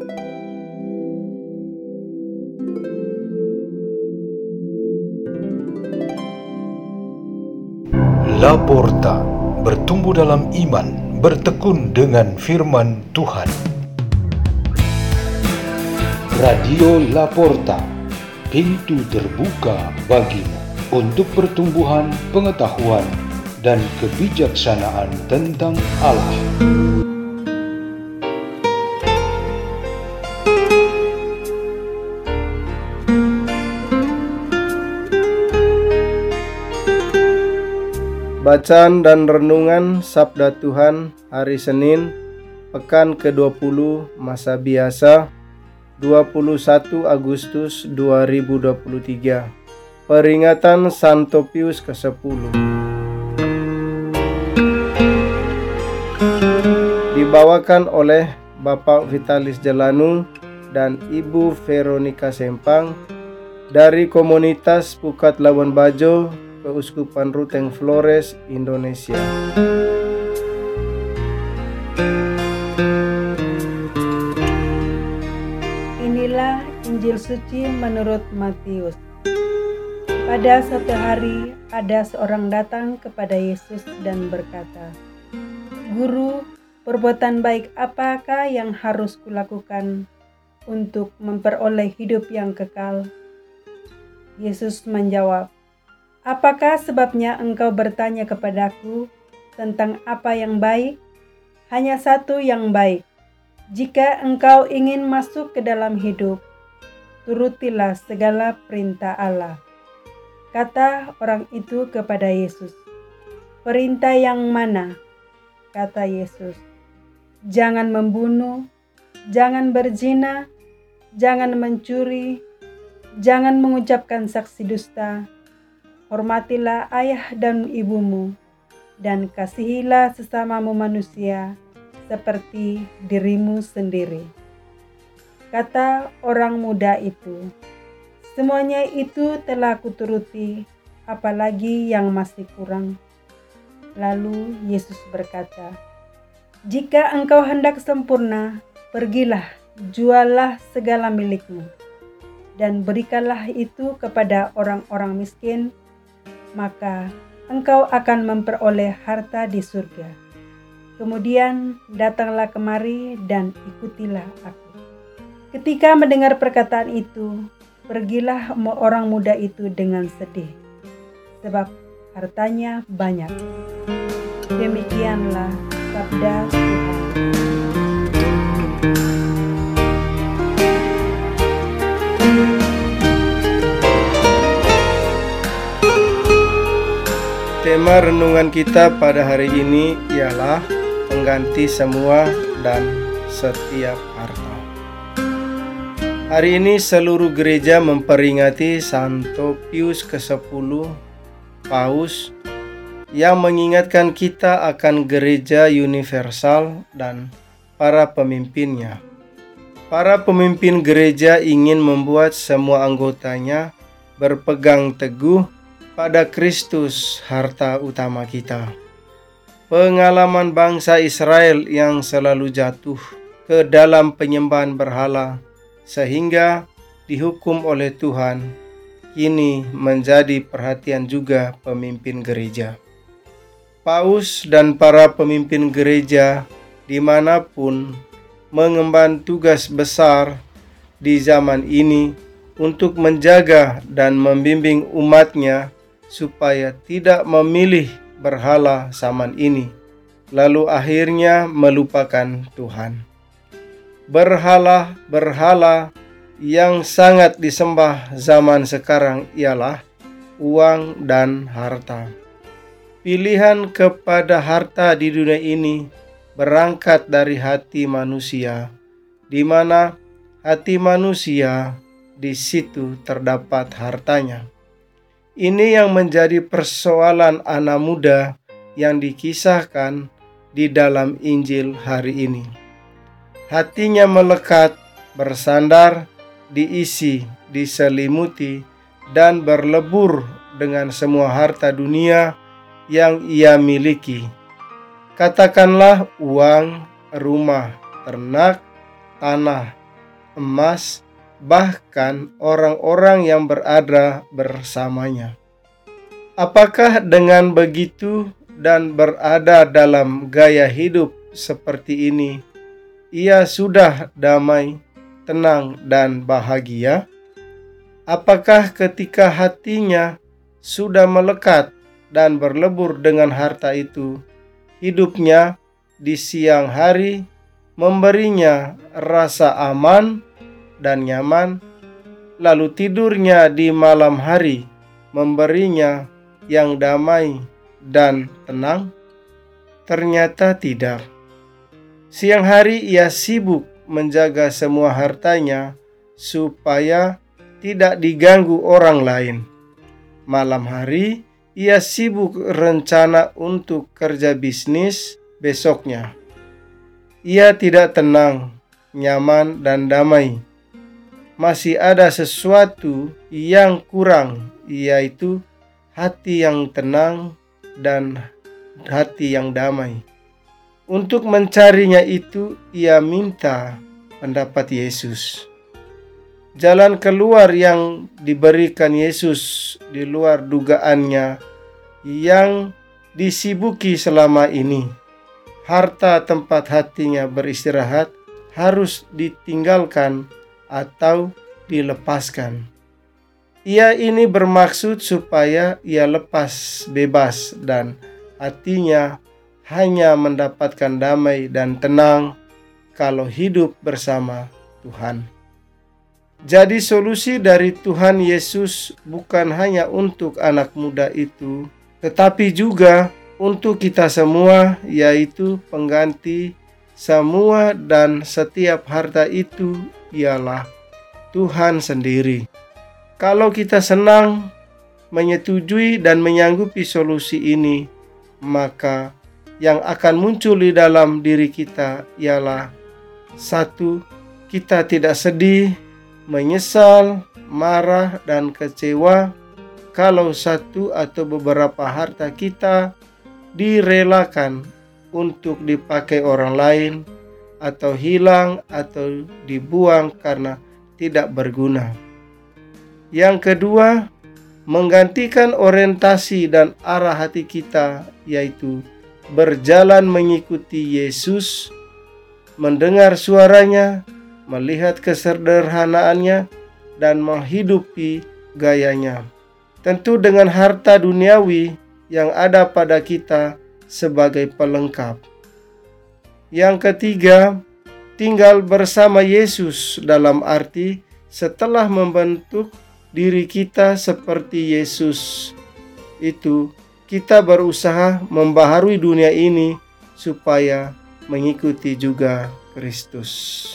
Laporta, bertumbuh dalam iman, bertekun dengan firman Tuhan. Radio Laporta, pintu terbuka bagimu untuk pertumbuhan pengetahuan dan kebijaksanaan tentang Allah. Bacaan dan renungan Sabda Tuhan hari Senin, Pekan ke-20 Masa Biasa, 21 Agustus 2023. Peringatan Santo Pius ke-10. Dibawakan oleh Bapak Vitalis Jelanu dan Ibu Veronica Sempang dari Komunitas Pukat Labuan Bajo, Keuskupan Ruteng Flores, Indonesia. Inilah Injil suci menurut Matius. Pada suatu hari ada seorang datang kepada Yesus dan berkata, "Guru, perbuatan baik apakah yang harus kulakukan untuk memperoleh hidup yang kekal?" Yesus menjawab, "Apakah sebabnya engkau bertanya kepadaku tentang apa yang baik? Hanya satu yang baik. Jika engkau ingin masuk ke dalam hidup, turutilah segala perintah Allah." Kata orang itu kepada Yesus, "Perintah yang mana?" Kata Yesus, "Jangan membunuh, jangan berzina, jangan mencuri, jangan mengucapkan saksi dusta, hormatilah ayah dan ibumu, dan kasihilah sesamamu manusia seperti dirimu sendiri." Kata orang muda itu, "Semuanya itu telah kuturuti, apalagi yang masih kurang." Lalu Yesus berkata, "Jika engkau hendak sempurna, pergilah, juallah segala milikmu, dan berikanlah itu kepada orang-orang miskin, maka engkau akan memperoleh harta di surga. Kemudian datanglah kemari dan ikutilah aku." Ketika mendengar perkataan itu, pergilah orang muda itu dengan sedih, sebab hartanya banyak. Demikianlah sabda Tuhan. Tema renungan kita pada hari ini ialah pengganti semua dan setiap harta. Hari ini seluruh gereja memperingati Santo Pius ke-10, Paus, yang mengingatkan kita akan gereja universal dan para pemimpinnya. Para pemimpin gereja ingin membuat semua anggotanya berpegang teguh pada Kristus, harta utama kita. Pengalaman bangsa Israel yang selalu jatuh ke dalam penyembahan berhala sehingga dihukum oleh Tuhan, kini menjadi perhatian juga pemimpin gereja. Paus dan para pemimpin gereja dimanapun mengemban tugas besar di zaman ini untuk menjaga dan membimbing umatnya supaya tidak memilih berhala zaman ini, lalu akhirnya melupakan Tuhan. Berhala-berhala yang sangat disembah zaman sekarang ialah uang dan harta. Pilihan kepada harta di dunia ini berangkat dari hati manusia, di mana hati manusia di situ terdapat hartanya. Ini yang menjadi persoalan anak muda yang dikisahkan di dalam Injil hari ini. Hatinya melekat, bersandar, diisi, diselimuti, dan berlebur dengan semua harta dunia yang ia miliki. Katakanlah uang, rumah, ternak, tanah, emas, bahkan orang-orang yang berada bersamanya. Apakah dengan begitu dan berada dalam gaya hidup seperti ini, ia sudah damai, tenang, dan bahagia? Apakah ketika hatinya sudah melekat dan berlebur dengan harta itu, hidupnya di siang hari memberinya rasa aman dan nyaman, lalu tidurnya di malam hari memberinya yang damai dan tenang? Ternyata tidak. Siang hari ia sibuk menjaga semua hartanya supaya tidak diganggu orang lain. Malam hari ia sibuk rencana untuk kerja bisnis besoknya. Ia tidak tenang, nyaman, dan damai. Masih ada sesuatu yang kurang, yaitu hati yang tenang dan hati yang damai. Untuk mencarinya itu, ia minta pendapat Yesus. Jalan keluar yang diberikan Yesus di luar dugaannya yang disibuki selama ini. Harta tempat hatinya beristirahat harus ditinggalkan atau dilepaskan. Ia ini bermaksud supaya ia lepas bebas dan hatinya hanya mendapatkan damai dan tenang kalau hidup bersama Tuhan. Jadi solusi dari Tuhan Yesus bukan hanya untuk anak muda itu, tetapi juga untuk kita semua, yaitu pengganti semua dan setiap harta itu ialah Tuhan sendiri. Kalau kita senang menyetujui dan menyanggupi solusi ini, maka yang akan muncul di dalam diri kita ialah 1. Kita tidak sedih, menyesal, marah, dan kecewa kalau satu atau beberapa harta kita direlakan untuk dipakai orang lain, atau hilang atau dibuang karena tidak berguna. Yang kedua, menggantikan orientasi dan arah hati kita, yaitu berjalan mengikuti Yesus, mendengar suaranya, melihat kesederhanaannya, dan menghidupi gayanya. Tentu dengan harta duniawi yang ada pada kita sebagai pelengkap. Yang ketiga, tinggal bersama Yesus dalam arti setelah membentuk diri kita seperti Yesus itu, kita berusaha membaharui dunia ini supaya mengikuti juga Kristus.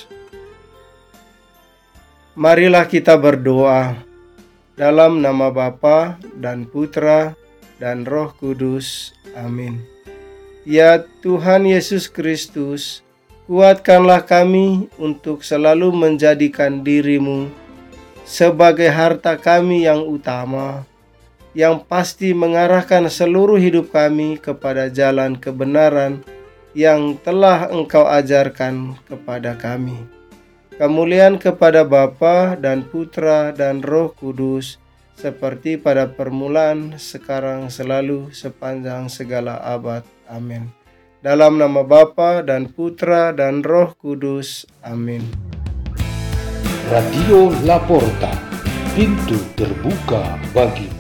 Marilah kita berdoa dalam nama Bapa dan Putra dan Roh Kudus. Amin. Ya Tuhan Yesus Kristus, kuatkanlah kami untuk selalu menjadikan diri-Mu sebagai harta kami yang utama, yang pasti mengarahkan seluruh hidup kami kepada jalan kebenaran yang telah Engkau ajarkan kepada kami. Kemuliaan kepada Bapa dan Putra dan Roh Kudus, seperti pada permulaan, sekarang, selalu, sepanjang segala abad. Amin. Dalam nama Bapa dan Putra dan Roh Kudus. Amin. Radio Laporta, pintu terbuka bagimu.